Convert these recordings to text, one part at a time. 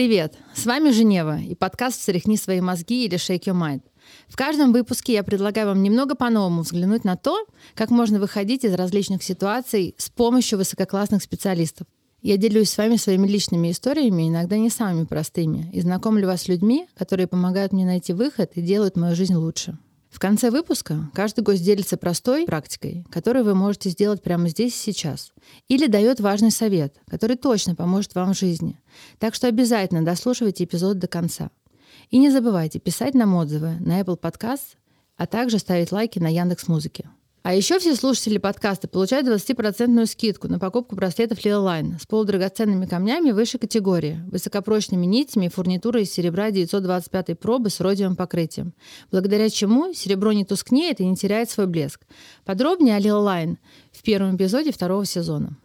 Привет! С вами Женева и подкаст «Встряхни свои мозги» или «Shake your mind». В каждом выпуске я предлагаю вам немного по-новому взглянуть на то, как можно выходить из различных ситуаций с помощью высококлассных специалистов. Я делюсь с вами своими личными историями, иногда не самыми простыми, и знакомлю вас с людьми, которые помогают мне найти выход и делают мою жизнь лучше. В конце выпуска каждый гость делится простой практикой, которую вы можете сделать прямо здесь и сейчас, или дает важный совет, который точно поможет вам в жизни. Так что обязательно дослушивайте эпизод до конца. И не забывайте писать нам отзывы на Apple Podcasts, а также ставить лайки на Яндекс.Музыке. А еще все слушатели подкаста получают 20% скидку на покупку браслетов Lililine с полудрагоценными камнями высшей категории, высокопрочными нитями и фурнитурой из серебра 925 пробы с родиевым покрытием, благодаря чему серебро не тускнеет и не теряет свой блеск. Подробнее о Lililine в первом эпизоде второго сезона.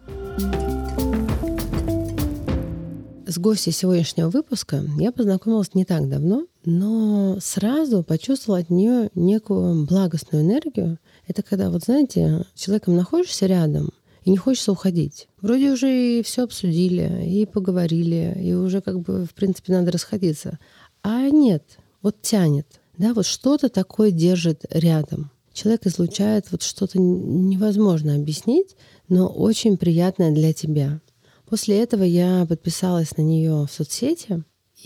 С гостьей сегодняшнего выпуска я познакомилась не так давно, но сразу почувствовала от нее некую благостную энергию. Это когда, вот знаете, с человеком находишься рядом и не хочется уходить. Вроде уже и все обсудили, и поговорили, и уже как бы, в принципе, надо расходиться. А нет, вот тянет. Да, вот что-то такое держит рядом. Человек излучает вот что-то невозможно объяснить, но очень приятное для тебя. После этого я подписалась на нее в соцсети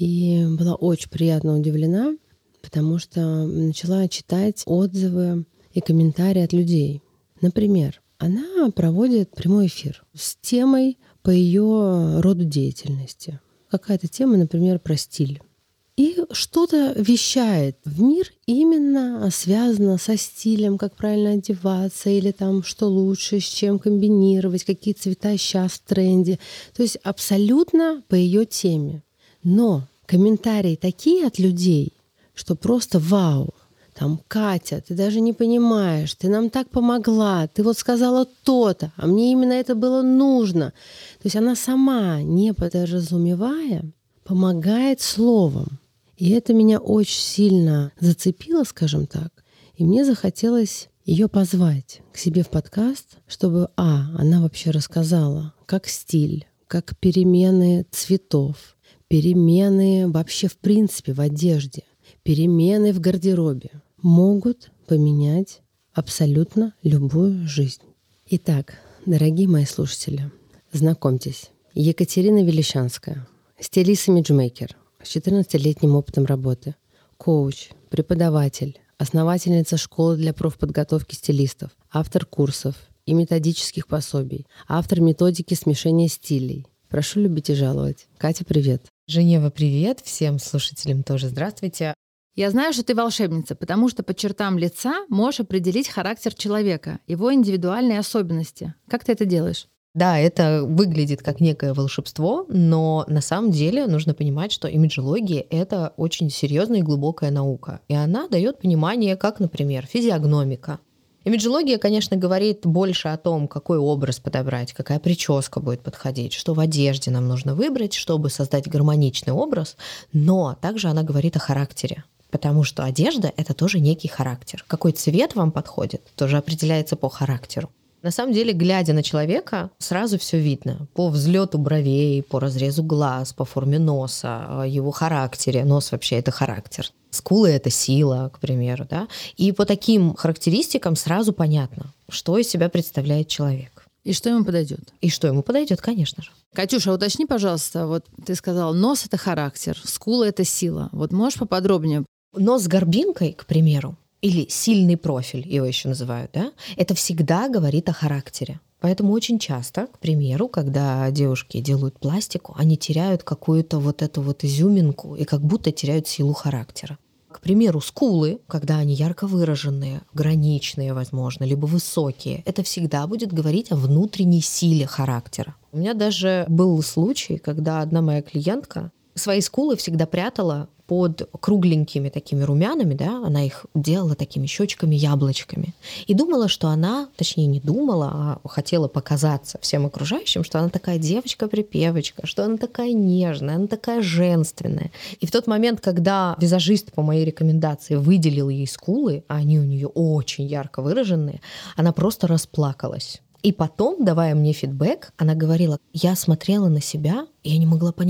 и была очень приятно удивлена, потому что начала читать отзывы и комментарии от людей. Например, она проводит прямой эфир с темой по ее роду деятельности. Какая-то тема, например, про стиль. И что-то вещает в мир именно связано со стилем, как правильно одеваться, или там что лучше, с чем комбинировать, какие цвета сейчас в тренде. То есть абсолютно по ее теме. Но комментарии такие от людей, что просто вау. Там: Катя, ты даже не понимаешь, ты нам так помогла, ты вот сказала то-то, а мне именно это было нужно. То есть она сама, не подразумевая, помогает словом. И это меня очень сильно зацепило, скажем так. И мне захотелось ее позвать к себе в подкаст, чтобы она вообще рассказала, как стиль, как перемены цветов, перемены вообще в принципе в одежде, перемены в гардеробе могут поменять абсолютно любую жизнь. Итак, дорогие мои слушатели, знакомьтесь, Екатерина Велищанская, стилист-имиджмейкер с 14-летним опытом работы, коуч, преподаватель, основательница школы для профподготовки стилистов, автор курсов и методических пособий, автор методики смешения стилей. Прошу любить и жаловать. Катя, привет. Женева, привет. Всем слушателям тоже здравствуйте. Я знаю, что ты волшебница, потому что по чертам лица можешь определить характер человека, его индивидуальные особенности. Как ты это делаешь? Да, это выглядит как некое волшебство, но на самом деле нужно понимать, что имиджология — это очень серьезная и глубокая наука. И она дает понимание, как, например, физиогномика. Имиджология, конечно, говорит больше о том, какой образ подобрать, какая прическа будет подходить, что в одежде нам нужно выбрать, чтобы создать гармоничный образ, но также она говорит о характере. Потому что одежда — это тоже некий характер. Какой цвет вам подходит, тоже определяется по характеру. На самом деле, глядя на человека, сразу все видно. По взлету бровей, по разрезу глаз, по форме носа, его характере. Нос вообще — это характер. Скулы — это сила, к примеру. Да? И по таким характеристикам сразу понятно, что из себя представляет человек. И что ему подойдет? И что ему подойдет, конечно же. Катюша, уточни, пожалуйста, вот ты сказала, нос — это характер, скула — это сила. Вот можешь поподробнее? Нос с горбинкой, к примеру, или сильный профиль, его еще называют, да, это всегда говорит о характере. Поэтому очень часто, к примеру, когда девушки делают пластику, они теряют какую-то вот эту вот изюминку и как будто теряют силу характера. К примеру, скулы, когда они ярко выраженные, граничные, возможно, либо высокие, это всегда будет говорить о внутренней силе характера. У меня даже был случай, когда одна моя клиентка свои скулы всегда прятала под кругленькими такими румянами, да, она их делала такими щечками-яблочками. И думала, что она, точнее не думала, а хотела показаться всем окружающим, что она такая девочка-припевочка, что она такая нежная, она такая женственная. И в тот момент, когда визажист по моей рекомендации выделил ей скулы, а они у нее очень ярко выраженные, она просто расплакалась. И потом, давая мне фидбэк, она говорила, я смотрела на себя, и я не могла понять,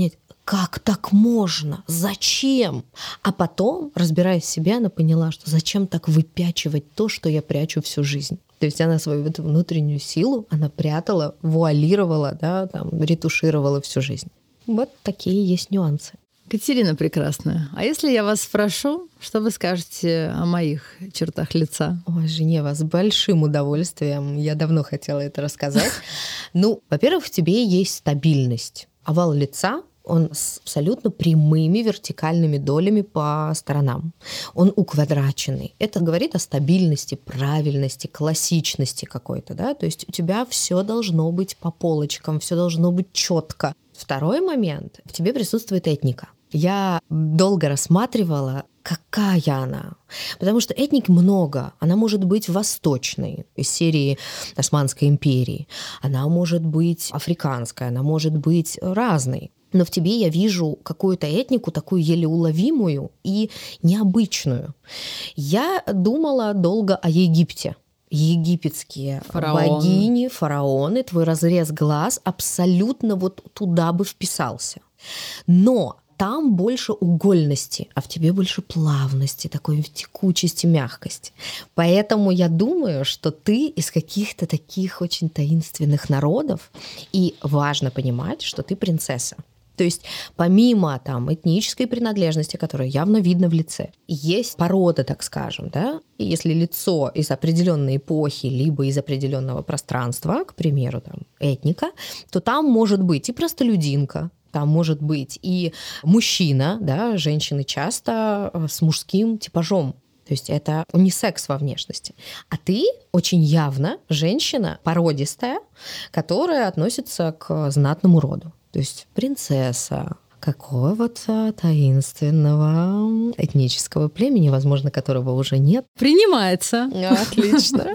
как так можно? Зачем? А потом, разбираясь в себе, она поняла, что зачем так выпячивать то, что я прячу всю жизнь. То есть она свою эту внутреннюю силу, она прятала, вуалировала, да, там, ретушировала всю жизнь. Вот такие есть нюансы. Катерина прекрасная. А если я вас спрошу, что вы скажете о моих чертах лица? Ой, Женева, с большим удовольствием. Я давно хотела это рассказать. Ну, во-первых, в тебе есть стабильность. Овал лица, он с абсолютно прямыми вертикальными долями по сторонам. Он уквадраченный. Это говорит о стабильности, правильности, классичности какой-то, да? То есть у тебя все должно быть по полочкам, все должно быть четко. Второй момент. В тебе присутствует этника. Я долго рассматривала, какая она. Потому что этник много. Она может быть восточной, из серии Османской империи. Она может быть африканская, она может быть разной. Но в тебе я вижу какую-то этнику, такую еле уловимую и необычную. Я думала долго о Египте. Египетские богини, фараоны, твой разрез глаз абсолютно вот туда бы вписался. Но там больше угольности, а в тебе больше плавности, такой текучести, мягкости. Поэтому я думаю, что ты из каких-то таких очень таинственных народов, и важно понимать, что ты принцесса. То есть помимо там, этнической принадлежности, которая явно видно в лице, есть порода, так скажем, да? И если лицо из определенной эпохи, либо из определенного пространства, к примеру, там, этника, то там может быть и простолюдинка, там может быть и мужчина, да, женщины часто с мужским типажом. То есть это унисекс во внешности. А ты очень явно женщина породистая, которая относится к знатному роду. То есть принцесса какого-то таинственного этнического племени, возможно, которого уже нет. Принимается. Отлично.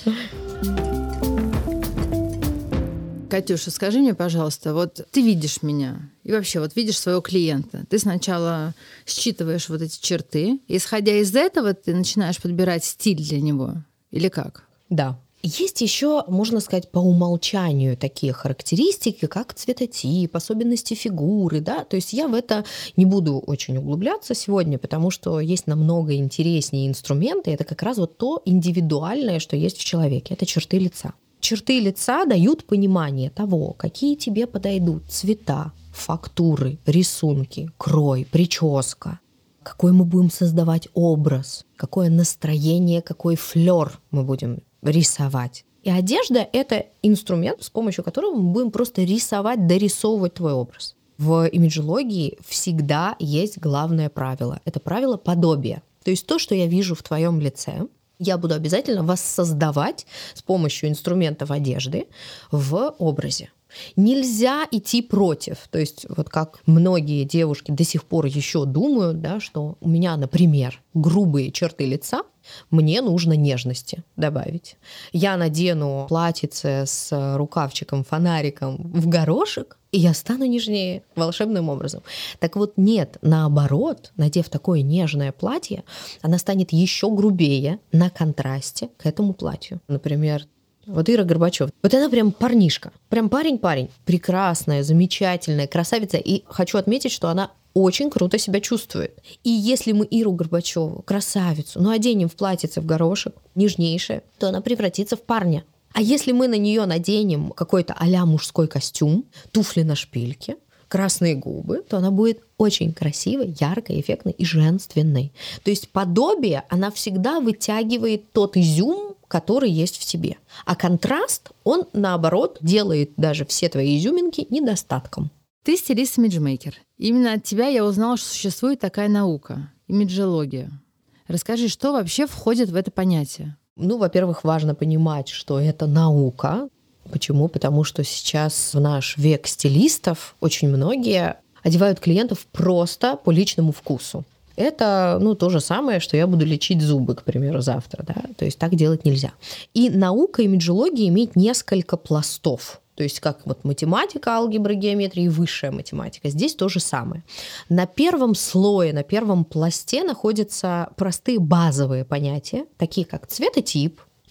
Катюша, скажи мне, пожалуйста, вот ты видишь меня и вообще вот видишь своего клиента. Ты сначала считываешь вот эти черты, и, исходя из этого, ты начинаешь подбирать стиль для него. Или как? Да. Есть еще, можно сказать, по умолчанию такие характеристики, как цветотип, особенности фигуры, да, то есть я в это не буду очень углубляться сегодня, потому что есть намного интереснее инструменты, это как раз вот то индивидуальное, что есть в человеке, это черты лица. Черты лица дают понимание того, какие тебе подойдут цвета, фактуры, рисунки, крой, прическа, какой мы будем создавать образ, какое настроение, какой флёр мы будем рисовать. И одежда — это инструмент, с помощью которого мы будем просто рисовать, дорисовывать твой образ. В имиджологии всегда есть главное правило. Это правило подобия. То есть то, что я вижу в твоем лице, я буду обязательно воссоздавать с помощью инструментов одежды в образе. Нельзя идти против. То есть вот как многие девушки до сих пор еще думают, да, что у меня, например, грубые черты лица, мне нужно нежности добавить. Я надену платьице с рукавчиком, фонариком в горошек, и я стану нежнее волшебным образом. Так вот нет, наоборот, надев такое нежное платье, она станет еще грубее на контрасте к этому платью. Например, вот Ира Горбачёв. Вот она прям парнишка. Прям парень-парень. Прекрасная, замечательная, красавица. И хочу отметить, что она очень круто себя чувствует. И если мы Иру Горбачёву, красавицу, оденем в платьице в горошек, нежнейшее, то она превратится в парня. А если мы на нее наденем какой-то а-ля мужской костюм, туфли на шпильке, красные губы, то она будет очень красивой, яркой, эффектной и женственной. То есть подобие, она всегда вытягивает тот изюм, который есть в тебе. А контраст, он, наоборот, делает даже все твои изюминки недостатком. Ты стилист-имиджмейкер. Именно от тебя я узнала, что существует такая наука — имиджология. Расскажи, что вообще входит в это понятие? Во-первых, важно понимать, что это наука. Почему? Потому что сейчас в наш век стилистов очень многие одевают клиентов просто по личному вкусу. Это, то же самое, что я буду лечить зубы, к примеру, завтра, да? То есть так делать нельзя. И наука имиджологии имеет несколько пластов. То есть как вот математика, алгебра, геометрия и высшая математика. Здесь то же самое. На первом слое, на первом пласте находятся простые базовые понятия, такие как цветотип,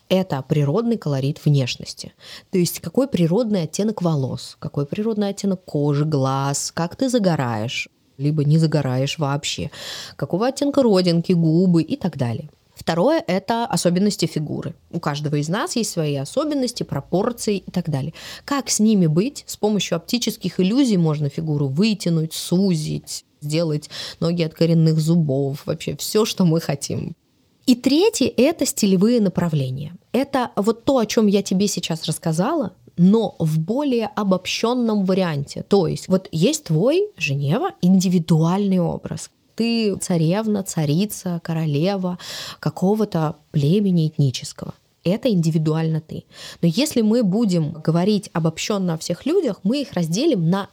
Это природный колорит внешности. То есть какой природный оттенок волос, какой природный оттенок кожи, глаз, как ты загораешь, либо не загораешь вообще, какого оттенка родинки, губы и так далее. Второе – это особенности фигуры. У каждого из нас есть свои особенности, пропорции и так далее. Как с ними быть? С помощью оптических иллюзий можно фигуру вытянуть, сузить, сделать ноги от коренных зубов, вообще все, что мы хотим. И третье – это стилевые направления. Это вот то, о чем я тебе сейчас рассказала, но в более обобщенном варианте. То есть вот есть твой, Женева, индивидуальный образ. Ты царевна, царица, королева какого-то племени этнического. Это индивидуально ты. Но если мы будем говорить обобщенно о всех людях, мы их разделим на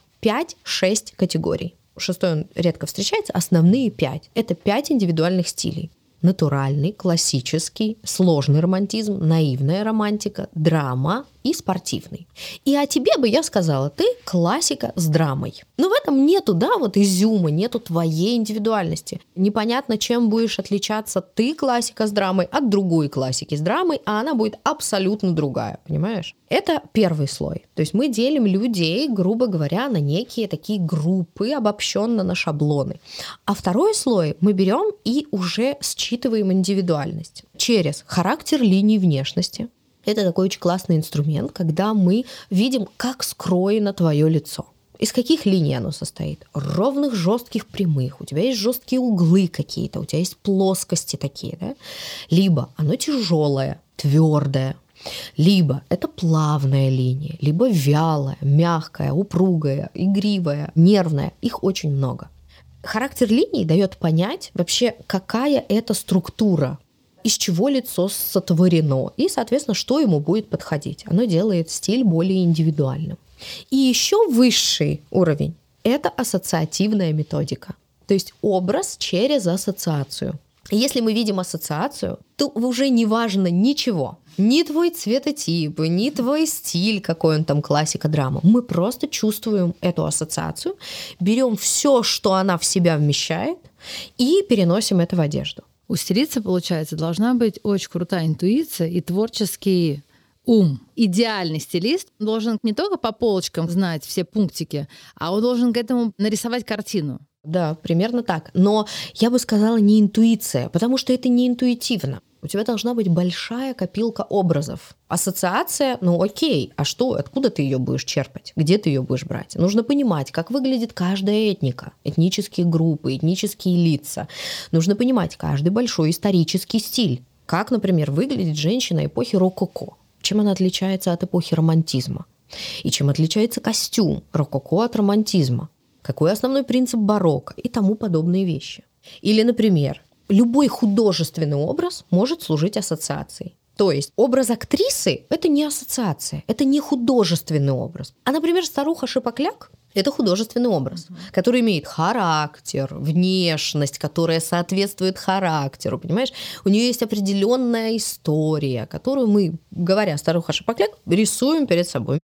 5-6 категорий. Шестой он редко встречается, основные 5. Это 5 индивидуальных стилей. Натуральный, классический, сложный романтизм, наивная романтика, драма и спортивный. И о тебе бы я сказала, ты классика с драмой. Но в этом нету, вот изюма, нету твоей индивидуальности. Непонятно, чем будешь отличаться ты, классика с драмой, от другой классики с драмой, а она будет абсолютно другая, понимаешь? Это первый слой. То есть мы делим людей, грубо говоря, на некие такие группы, обобщенно на шаблоны. А второй слой мы берем и уже считываем индивидуальность через характер линий внешности. Это такой очень классный инструмент, когда мы видим, как скроено твое лицо. Из каких линий оно состоит? Ровных, жестких, прямых. У тебя есть жесткие углы какие-то, у тебя есть плоскости такие, да? Либо оно тяжелое, твердое, либо это плавная линия, либо вялая, мягкая, упругая, игривая, нервная. Их очень много. Характер линий дает понять вообще, какая это структура, из чего лицо сотворено и, соответственно, что ему будет подходить. Оно делает стиль более индивидуальным. И еще высший уровень – это ассоциативная методика. То есть образ через ассоциацию. Если мы видим ассоциацию, то уже не важно ничего. Ни твой цветотип, ни твой стиль, какой он там, классика, драма. Мы просто чувствуем эту ассоциацию, берем все, что она в себя вмещает, и переносим это в одежду. У стилиста, получается, должна быть очень крутая интуиция и творческий ум. Идеальный стилист должен не только по полочкам знать все пунктики, а он должен к этому нарисовать картину. Да, примерно так. Но я бы сказала не интуиция, потому что это не интуитивно. У тебя должна быть большая копилка образов. Ассоциация, окей, а что, откуда ты ее будешь черпать? Где ты ее будешь брать? Нужно понимать, как выглядит каждая этника, этнические группы, этнические лица. Нужно понимать каждый большой исторический стиль. Как, например, выглядит женщина эпохи рококо. Чем она отличается от эпохи романтизма? И чем отличается костюм рококо от романтизма? Какой основной принцип барокко и тому подобные вещи. Или, например, любой художественный образ может служить ассоциацией. То есть образ актрисы – это не ассоциация, это не художественный образ. А, например, старуха Шипокляк – это художественный образ, который имеет характер, внешность, которая соответствует характеру, понимаешь? У нее есть определенная история, которую мы, говоря старуха Шипокляк, рисуем перед собой.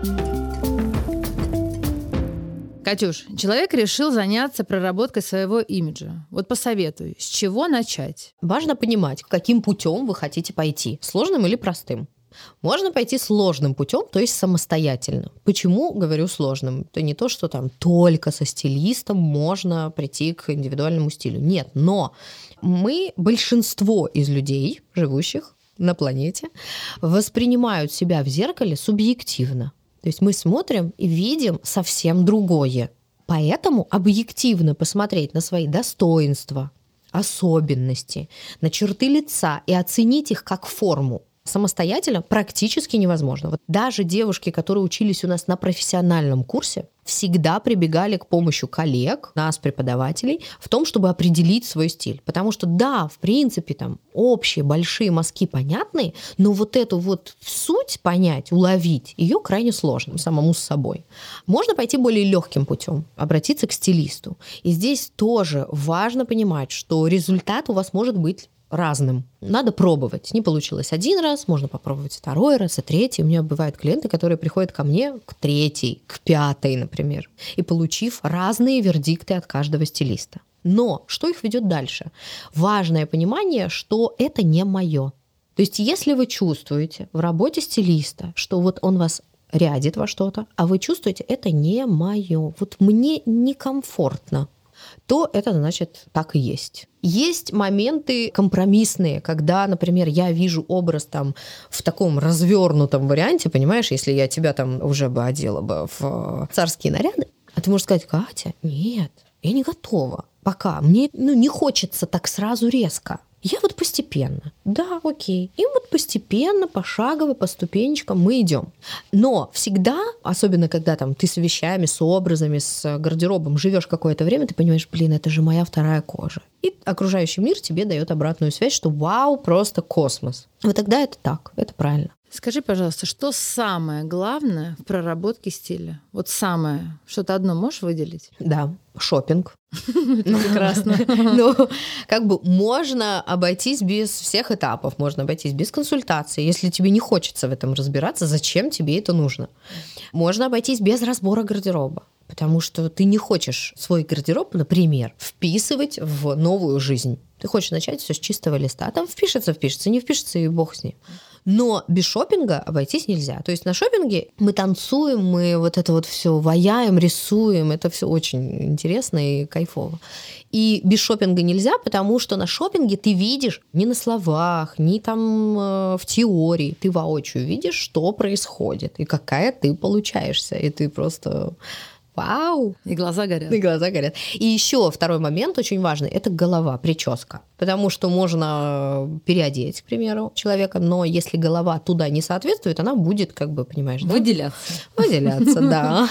Катюш, человек решил заняться проработкой своего имиджа. Вот посоветуй, с чего начать? Важно понимать, каким путем вы хотите пойти, сложным или простым. Можно пойти сложным путем, то есть самостоятельно. Почему говорю сложным? Это не то, что там только со стилистом можно прийти к индивидуальному стилю. Нет, но большинство из людей, живущих на планете, воспринимают себя в зеркале субъективно. То есть мы смотрим и видим совсем другое. Поэтому объективно посмотреть на свои достоинства, особенности, на черты лица и оценить их как форму самостоятельно практически невозможно. Вот даже девушки, которые учились у нас на профессиональном курсе, всегда прибегали к помощи коллег, нас, преподавателей, в том, чтобы определить свой стиль. Потому что, да, в принципе, там общие большие мазки понятные, но вот эту вот суть понять, уловить, ее крайне сложно самому с собой. Можно пойти более легким путем, обратиться к стилисту. И здесь тоже важно понимать, что результат у вас может быть разным. Надо пробовать. Не получилось один раз, можно попробовать второй раз и третий. У меня бывают клиенты, которые приходят ко мне к третьей, к пятой, например, и получив разные вердикты от каждого стилиста. Но что их ведет дальше? Важное понимание, что это не мое. То есть если вы чувствуете в работе стилиста, что вот он вас рядит во что-то, а вы чувствуете, это не моё, вот мне некомфортно, то это значит так и есть. Есть моменты компромиссные, когда, например, я вижу образ там в таком развернутом варианте, понимаешь, если я тебя там уже бы одела бы в царские наряды, а ты можешь сказать: Катя, нет, я не готова пока, мне не хочется так сразу резко. Я вот постепенно. Да, окей. И вот постепенно, пошагово, по ступенечкам мы идем. Но всегда, особенно когда там ты с вещами, с образами, с гардеробом живешь какое-то время, ты понимаешь, блин, это же моя вторая кожа. И окружающий мир тебе дает обратную связь, что вау, просто космос. Вот тогда это так, это правильно. Скажи, пожалуйста, что самое главное в проработке стиля? Вот самое. Что-то одно можешь выделить? Да, шопинг. Прекрасно. Ну, как бы можно обойтись без всех этапов, можно обойтись без консультации. Если тебе не хочется в этом разбираться, зачем тебе это нужно? Можно обойтись без разбора гардероба. Потому что ты не хочешь свой гардероб, например, вписывать в новую жизнь. Ты хочешь начать все с чистого листа. Там впишется, не впишется, и бог с ним. Но без шопинга обойтись нельзя. То есть на шопинге мы танцуем, мы вот это вот все ваяем, рисуем. Это все очень интересно и кайфово. И без шопинга нельзя, потому что на шопинге ты видишь не на словах, не там в теории. Ты воочию видишь, что происходит и какая ты получаешься. И ты просто... Вау! И глаза горят. И глаза горят. И еще второй момент очень важный – это голова, прическа. Потому что можно переодеть, к примеру, человека, но если голова туда не соответствует, она будет, как бы, понимаешь, да? Выделяться, да.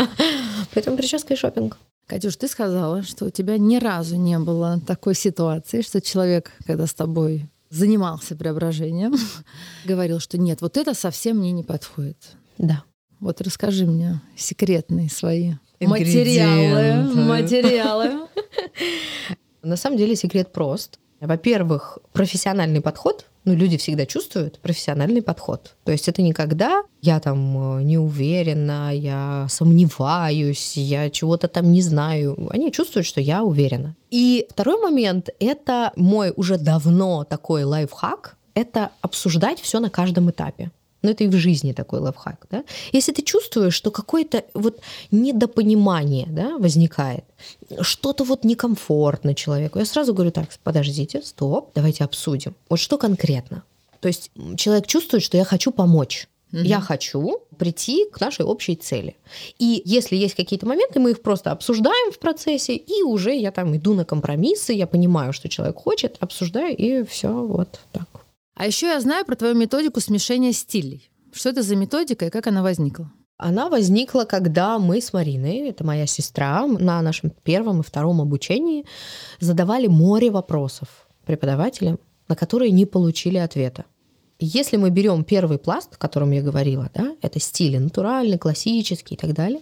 Поэтому прическа и шопинг. Катюш, ты сказала, что у тебя ни разу не было такой ситуации, что человек, когда с тобой занимался преображением, говорил, что нет, вот это совсем мне не подходит. Да. Вот расскажи мне секретные свои материалы. На самом деле секрет прост. Во-первых, профессиональный подход. Люди всегда чувствуют профессиональный подход. То есть это не когда я там не уверена, я сомневаюсь, я чего-то там не знаю. Они чувствуют, что я уверена. И второй момент — это мой уже давно такой лайфхак. Это обсуждать все на каждом этапе. Но это и в жизни такой лайфхак. Да? Если ты чувствуешь, что какое-то вот недопонимание, да, возникает, что-то вот некомфортно человеку, я сразу говорю: так, подождите, стоп, давайте обсудим. Вот что конкретно? То есть человек чувствует, что я хочу помочь. Я хочу прийти к нашей общей цели. И если есть какие-то моменты, мы их просто обсуждаем в процессе, и уже я там иду на компромиссы, я понимаю, что человек хочет, обсуждаю, и все вот так. А еще я знаю про твою методику смешения стилей. Что это за методика и как она возникла? Она возникла, когда мы с Мариной, это моя сестра, на нашем первом и втором обучении задавали море вопросов преподавателям, на которые не получили ответа. Если мы берем первый пласт, о котором я говорила, да, это стили натуральный, классический и так далее,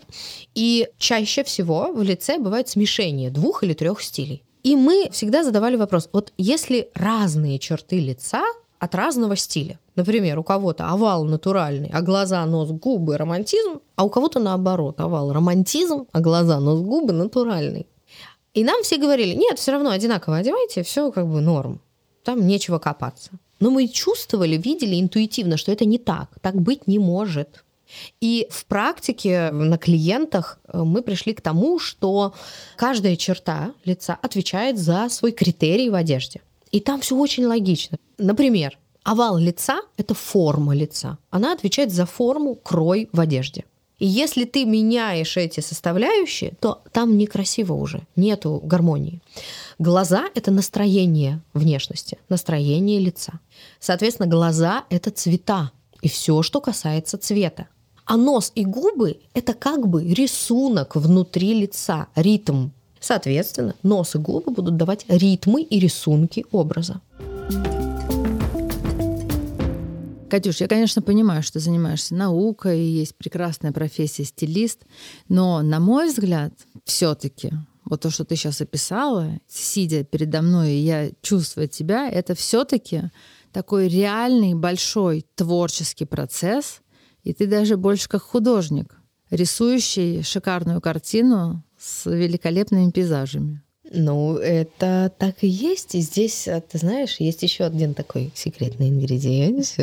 и чаще всего в лице бывает смешение 2 или 3 стилей. И мы всегда задавали вопрос: вот если разные черты лица от разного стиля. Например, у кого-то овал натуральный, а глаза, нос, губы — романтизм, а у кого-то наоборот, овал — романтизм, а глаза, нос, губы — натуральный. И нам все говорили: нет, все равно одинаково одевайте, все как бы норм, там нечего копаться. Но мы чувствовали, видели интуитивно, что это не так быть не может. И в практике на клиентах мы пришли к тому, что каждая черта лица отвечает за свой критерий в одежде. И там все очень логично. Например, овал лица — это форма лица. Она отвечает за форму, крой в одежде. И если ты меняешь эти составляющие, то там некрасиво уже, нету гармонии. Глаза — это настроение внешности, настроение лица. Соответственно, глаза — это цвета и все, что касается цвета. А нос и губы — это как бы рисунок внутри лица, ритм. Соответственно, нос и губы будут давать ритмы и рисунки образа. Катюш, я, конечно, понимаю, что ты занимаешься наукой, и есть прекрасная профессия стилист, но, на мой взгляд, все-таки вот то, что ты сейчас описала, сидя передо мной, и я чувствую тебя, это все-таки такой реальный большой творческий процесс, и ты даже больше как художник, рисующий шикарную картину с великолепными пейзажами. Ну, это так и есть. И здесь, ты знаешь, есть еще один такой секретный ингредиент.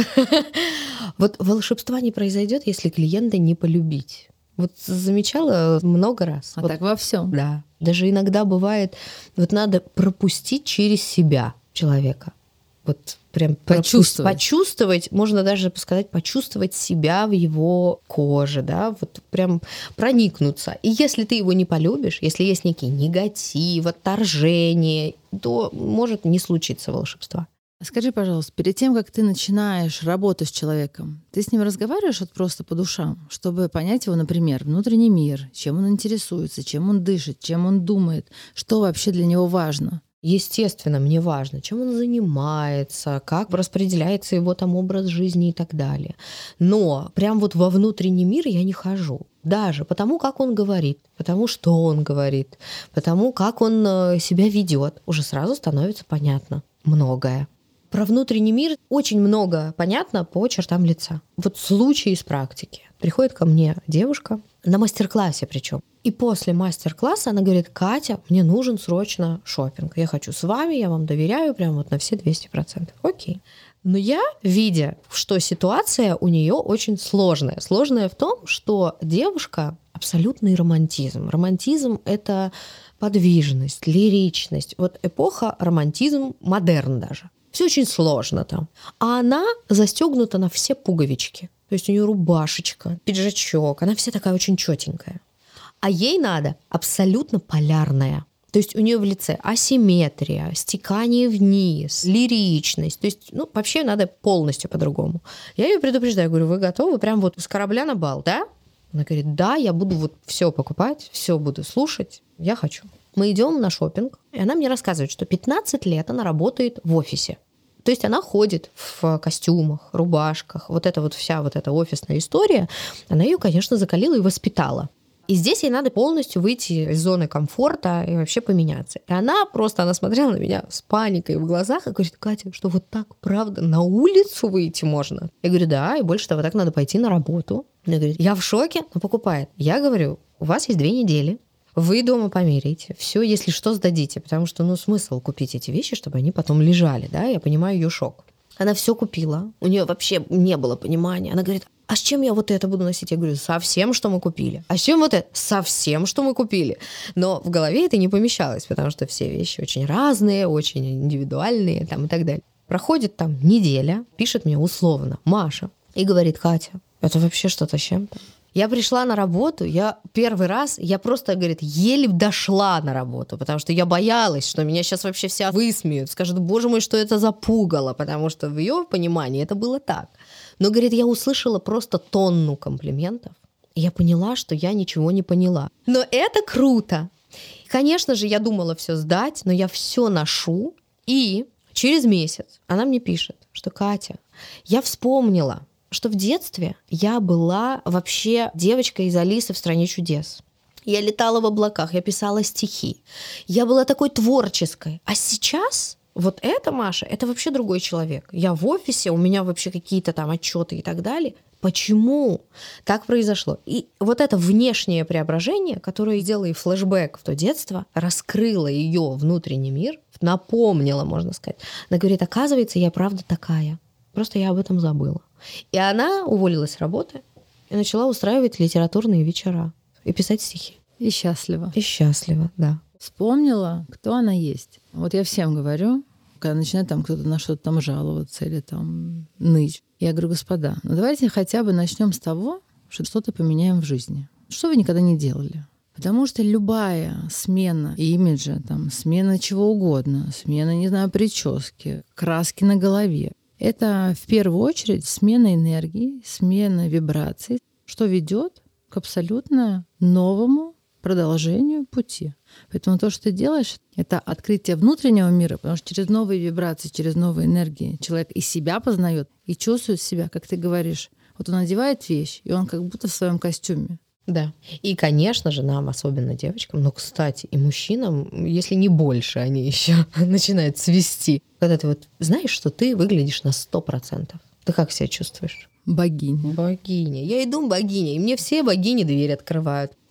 Вот волшебства не произойдет, если клиента не полюбить. Вот замечала много раз. А вот, так во всем. Да. Даже иногда бывает, вот надо пропустить через себя человека. Вот прям почувствовать, можно даже сказать, почувствовать себя в его коже, да, вот прям проникнуться. И если ты его не полюбишь, если есть некий негатив, отторжение, то может не случиться волшебства. Скажи, пожалуйста, перед тем, как ты начинаешь работу с человеком, ты с ним разговариваешь вот просто по душам, чтобы понять его, например, внутренний мир, чем он интересуется, чем он дышит, чем он думает, что вообще для него важно? Естественно, мне важно, чем он занимается, как распределяется его там образ жизни и так далее. Но прям вот во внутренний мир я не хожу. Даже потому, как он говорит, потому что он говорит, потому как он себя ведет, уже сразу становится понятно многое. Про внутренний мир очень много понятно по чертам лица. Вот случай из практики. Приходит ко мне девушка, на мастер-классе причем. И после мастер-класса она говорит: Катя, мне нужен срочно шопинг. Я хочу с вами, я вам доверяю прям вот на все 200%. Окей. Но я, видя, что ситуация у нее очень сложная. Сложная в том, что девушка — абсолютный романтизм. Романтизм — это подвижность, лиричность. Вот эпоха романтизм, модерн даже. Все очень сложно там. А она застегнута на все пуговички. То есть у нее рубашечка, пиджачок, она вся такая очень четенькая. А ей надо абсолютно полярная. То есть у нее в лице асимметрия, стекание вниз, лиричность. То есть, вообще надо полностью по-другому. Я ее предупреждаю, говорю: вы готовы прям вот с корабля на бал, да? Она говорит: да, я буду вот все покупать, все буду слушать, я хочу. Мы идем на шопинг, и она мне рассказывает, что 15 лет она работает в офисе. То есть она ходит в костюмах, рубашках. Вот эта вот вся вот эта офисная история, она ее, конечно, закалила и воспитала. И здесь ей надо полностью выйти из зоны комфорта и вообще поменяться. И она смотрела на меня с паникой в глазах и говорит: Катя, что вот так, правда, на улицу выйти можно? Я говорю: да, и больше того, так надо пойти на работу. Она говорит: я в шоке, но покупает. Я говорю: у вас есть 2 недели. Вы дома померяете, все, если что, сдадите, потому что, смысл купить эти вещи, чтобы они потом лежали, да, я понимаю ее шок. Она все купила, у нее вообще не было понимания. Она говорит: а с чем я вот это буду носить? Я говорю: со всем, что мы купили. А с чем вот это? Со всем, что мы купили. Но в голове это не помещалось, потому что все вещи очень разные, очень индивидуальные там и так далее. Проходит там неделя, пишет мне условно Маша и говорит: Катя, это вообще что-то с чем-то. Я пришла на работу, я первый раз, просто, говорит, еле дошла на работу, потому что я боялась, что меня сейчас вообще вся высмеют, скажут: боже мой, что это за пугало, потому что в ее понимании это было так. Но, говорит, я услышала просто тонну комплиментов, и я поняла, что я ничего не поняла. Но это круто. Конечно же, я думала все сдать, но я все ношу, и через месяц она мне пишет, что: Катя, я вспомнила, что в детстве я была вообще девочкой из «Алисы в стране чудес». Я летала в облаках, я писала стихи. Я была такой творческой. А сейчас вот эта Маша, это вообще другой человек. Я в офисе, у меня вообще какие-то там отчеты и так далее. Почему так произошло? И вот это внешнее преображение, которое сделало ей флешбэк в то детство, раскрыло ее внутренний мир, напомнило, можно сказать. Она говорит: оказывается, я правда такая. Просто я об этом забыла. И она уволилась с работы и начала устраивать литературные вечера и писать стихи. И счастлива. И счастлива, да. Вспомнила, кто она есть. Вот я всем говорю, когда начинает там кто-то на что-то там жаловаться или там ныть. Я говорю: господа, давайте хотя бы начнем с того, что что-то поменяем в жизни. Что вы никогда не делали? Потому что любая смена имиджа, там, смена чего угодно, смена, не знаю, прически, краски на голове, это в первую очередь смена энергии, смена вибраций, что ведет к абсолютно новому продолжению пути. Поэтому то, что ты делаешь, это открытие внутреннего мира, потому что через новые вибрации, через новые энергии человек и себя познает, и чувствует себя, как ты говоришь. Вот он надевает вещь, и он как будто в своем костюме. Да. И, конечно же, нам, особенно девочкам, но, кстати, и мужчинам, если не больше, они еще начинают свести. Когда ты вот знаешь, что ты выглядишь на 100%. Ты как себя чувствуешь? Богиня. Богиня. Я иду богиня, и мне все богини дверь открывают.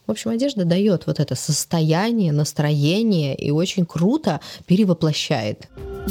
В общем, одежда дает вот это состояние, настроение и очень круто перевоплощает.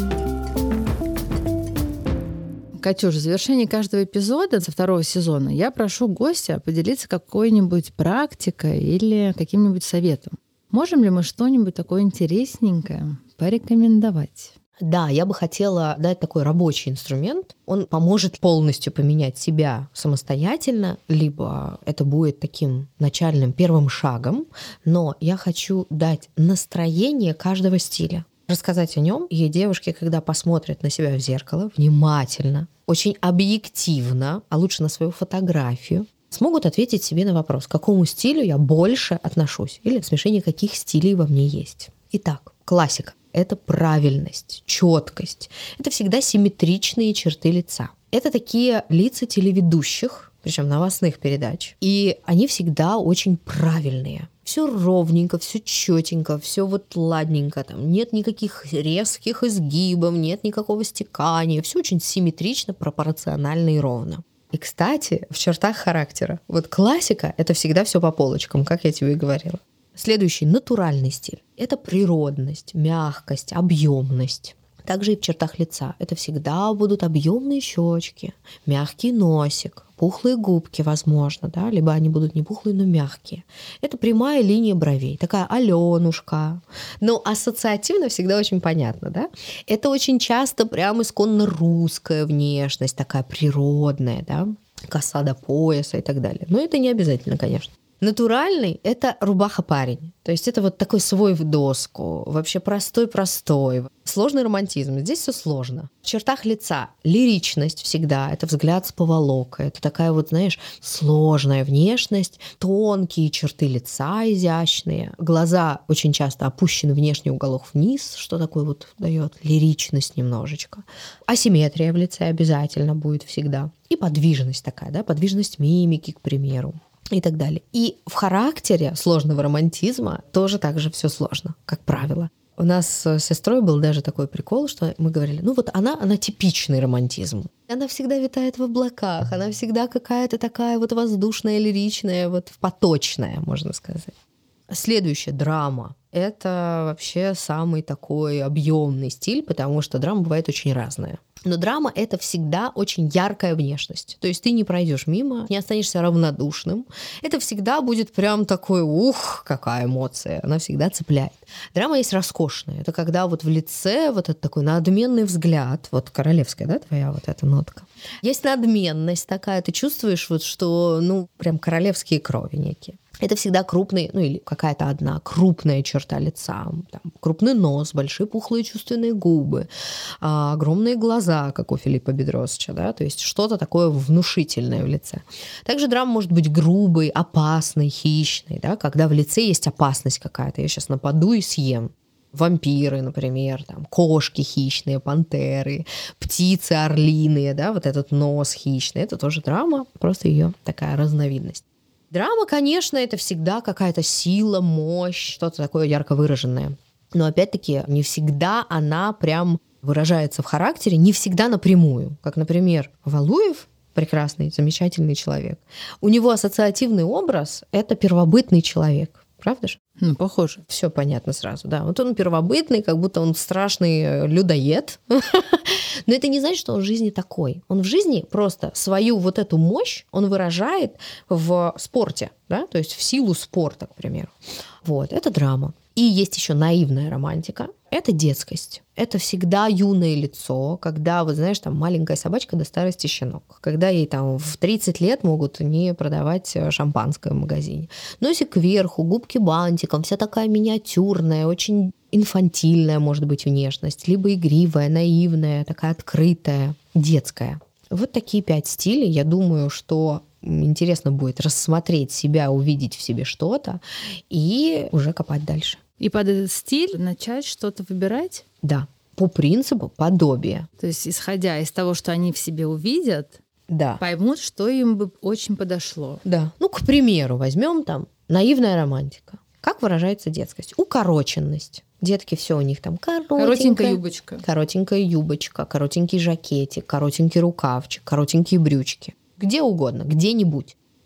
Катюш, в завершении каждого эпизода со 2 сезона я прошу гостя поделиться какой-нибудь практикой или каким-нибудь советом. Можем ли мы что-нибудь такое интересненькое порекомендовать? Да, я бы хотела дать такой рабочий инструмент. Он поможет полностью поменять себя самостоятельно, либо это будет таким начальным первым шагом, но я хочу дать настроение каждого стиля. Рассказать о нем, и девушки, когда посмотрят на себя в зеркало внимательно, очень объективно, а лучше на свою фотографию, смогут ответить себе на вопрос, к какому стилю я больше отношусь, или в смешении каких стилей во мне есть. Итак, классика. Это правильность, четкость. Это всегда симметричные черты лица. Это такие лица телеведущих, причем новостных передач. И они всегда очень правильные. Все ровненько, все четенько, все вот ладненько. Там нет никаких резких изгибов, нет никакого стекания. Все очень симметрично, пропорционально и ровно. И, кстати, в чертах характера. Вот классика — это всегда все по полочкам, как я тебе и говорила. Следующий — натуральный стиль. Это природность, мягкость, объемность. Также и в чертах лица. Это всегда будут объемные щечки, мягкий носик, пухлые губки, возможно, да, либо они будут не пухлые, но мягкие. Это прямая линия бровей, такая Алёнушка. Но ассоциативно всегда очень понятно, да. Это очень часто прям исконно русская внешность, такая природная, да, коса до пояса и так далее. Но это не обязательно, конечно. Натуральный — это рубаха-парень. То есть это вот такой свой в доску, вообще простой-простой. Сложный романтизм. Здесь все сложно. В чертах лица лиричность всегда. Это взгляд с поволокой. Это такая вот, знаешь, сложная внешность. Тонкие черты лица изящные. Глаза очень часто опущены внешний уголок вниз, что такое вот дает лиричность немножечко. Асимметрия в лице обязательно будет всегда. И подвижность такая, да, подвижность мимики, к примеру. И так далее. И в характере сложного романтизма тоже так же все сложно, как правило. У нас с сестрой был даже такой прикол, что мы говорили, ну вот она типичный романтизм. Она всегда витает в облаках, она всегда какая-то такая вот воздушная, лиричная, вот поточная, можно сказать. Следующая — драма. Это вообще самый такой объемный стиль, потому что драма бывает очень разная. Но драма — это всегда очень яркая внешность. То есть ты не пройдешь мимо, не останешься равнодушным. Это всегда будет прям такой, ух, какая эмоция. Она всегда цепляет. Драма есть роскошная. Это когда вот в лице вот этот такой надменный взгляд. Вот королевская, да, твоя вот эта нотка. Есть надменность такая. Ты чувствуешь вот, что, ну, прям королевские крови некие. Это всегда крупный, ну или какая-то одна крупная черта лица. Там, крупный нос, большие пухлые чувственные губы, огромные глаза, как у Филиппа Бедросовича, да, то есть что-то такое внушительное в лице. Также драма может быть грубой, опасной, хищной, да, когда в лице есть опасность какая-то. Я сейчас нападу и съем. Вампиры, например, там, кошки хищные, пантеры, птицы орлиные, да, вот этот нос хищный. Это тоже драма, просто ее такая разновидность. Драма, конечно, это всегда какая-то сила, мощь, что-то такое ярко выраженное. Но опять-таки не всегда она прям выражается в характере, не всегда напрямую. Как, например, Валуев, прекрасный, замечательный человек. У него ассоциативный образ — это первобытный человек. Правда же? Ну, похоже. Все понятно сразу, да. Вот он первобытный, как будто он страшный людоед. Но это не значит, что он в жизни такой. Он в жизни просто свою вот эту мощь он выражает в спорте, да, то есть в силу спорта, к примеру. Вот, это драма. И есть еще наивная романтика. Это детскость. Это всегда юное лицо, когда, вот знаешь, там маленькая собачка до старости щенок. Когда ей там в 30 лет могут не продавать шампанское в магазине. Носик кверху, губки бантиком, вся такая миниатюрная, очень инфантильная, может быть, внешность. Либо игривая, наивная, такая открытая, детская. Вот такие 5 стилей. Я думаю, что интересно будет рассмотреть себя, увидеть в себе что-то и уже копать дальше. И под этот стиль начать что-то выбирать? Да, по принципу подобия. То есть, исходя из того, что они в себе увидят, да, поймут, что им бы очень подошло. Да. Ну, к примеру, возьмем там наивная романтика. Как выражается детскость? Укороченность. Детки, все у них там коротенькая юбочка. Коротенькая юбочка, коротенький жакетик, коротенький рукавчик, коротенькие брючки. Где угодно, где-нибудь.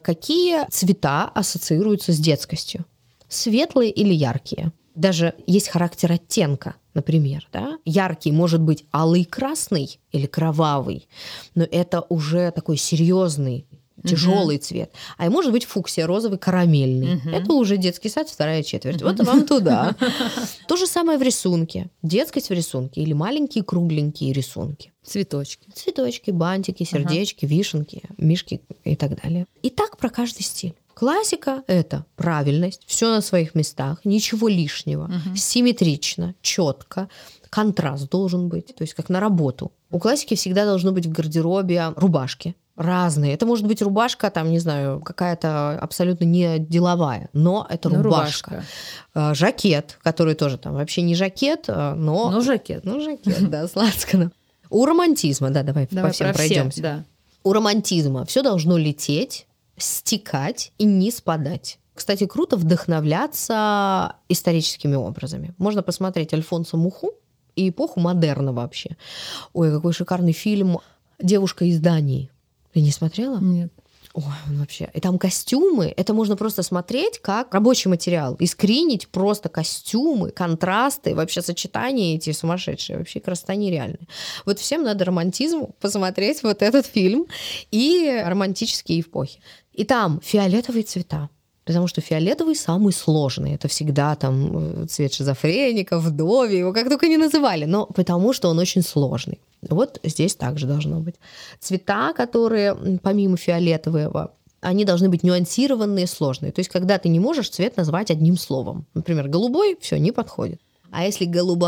Какие цвета ассоциируются с детскостью? Светлые или яркие? Даже есть характер оттенка, например. Да? Яркий может быть алый красный или кровавый, но это уже такой серьезный, тяжелый цвет. А может быть фуксия, розовый, карамельный. Это уже детский сад, 2 четверть. Вот вам туда. То же самое в рисунке. Детскость в рисунке или маленькие кругленькие рисунки. Цветочки. Цветочки, бантики, сердечки, вишенки, мишки и так далее. И так про каждый стиль. Классика — это правильность, все на своих местах, ничего лишнего, симметрично, четко, контраст должен быть, то есть как на работу. У классики всегда должно быть в гардеробе рубашки разные. Это может быть рубашка, там, не знаю, какая-то абсолютно не деловая, но это рубашка. Жакет, который тоже там вообще не жакет, но... Ну, жакет. Ну, жакет, да, с лацканом. У романтизма, да, давай по всем пройдемся. Да. У романтизма все должно лететь, стекать и не спадать. Кстати, круто вдохновляться историческими образами. Можно посмотреть Альфонсо Муху и эпоху модерна вообще. Ой, какой шикарный фильм «Девушка из Дании». Ты не смотрела? Нет. Ой, он вообще. И там костюмы, это можно просто смотреть как рабочий материал. И скринить просто костюмы, контрасты, вообще сочетания эти сумасшедшие. Вообще красота нереальная. Вот всем надо романтизму посмотреть вот этот фильм и романтические эпохи. И там фиолетовые цвета. Потому что фиолетовый самый сложный. Это всегда там цвет шизофреника, вдове, его как только не называли. Но потому что он очень сложный. Вот здесь также должно быть. Цвета, которые помимо фиолетового, они должны быть нюансированные, сложные. То есть когда ты не можешь цвет назвать одним словом. Например, голубой, все, не подходит. А если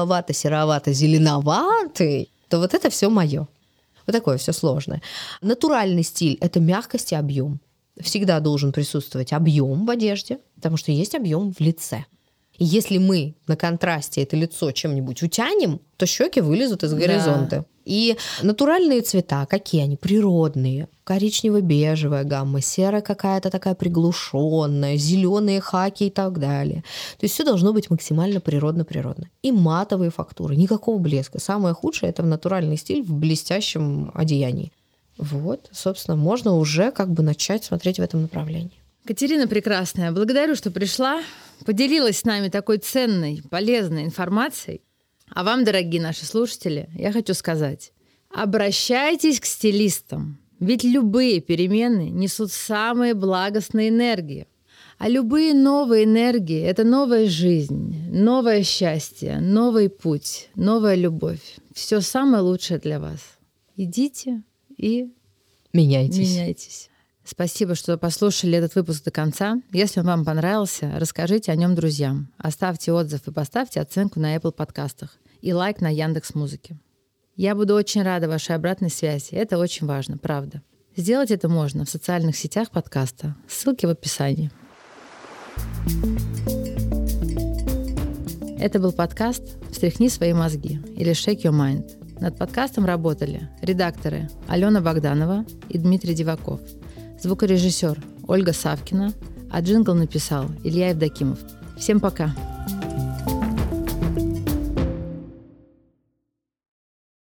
голубовато-серовато-зеленоватый, то вот это все мое. Вот такое все сложное. Натуральный стиль — это мягкость и объем. Всегда должен присутствовать объем в одежде, потому что есть объем в лице. И если мы на контрасте это лицо чем-нибудь утянем, то щеки вылезут из горизонта. Да. И натуральные цвета, какие они? Природные. Коричнево-бежевая гамма, серая какая-то такая приглушенная, зеленые хаки и так далее. То есть все должно быть максимально природно-природно. И матовые фактуры, никакого блеска. Самое худшее — это натуральный стиль в блестящем одеянии. Вот, собственно, можно уже как бы начать смотреть в этом направлении. Катерина прекрасная, благодарю, что пришла, поделилась с нами такой ценной, полезной информацией. А вам, дорогие наши слушатели, я хочу сказать, обращайтесь к стилистам, ведь любые перемены несут самые благостные энергии. А любые новые энергии — это новая жизнь, новое счастье, новый путь, новая любовь. Все самое лучшее для вас. Идите и меняйтесь. Спасибо, что послушали этот выпуск до конца. Если он вам понравился, расскажите о нем друзьям. Оставьте отзыв и поставьте оценку на Apple подкастах и лайк на Яндекс.Музыке. Я буду очень рада вашей обратной связи. Это очень важно, правда. Сделать это можно в социальных сетях подкаста. Ссылки в описании. Это был подкаст «Встряхни свои мозги» или «Shake your mind». Над подкастом работали редакторы Алена Богданова и Дмитрий Диваков, звукорежиссер Ольга Савкина, а джингл написал Илья Евдокимов. Всем пока!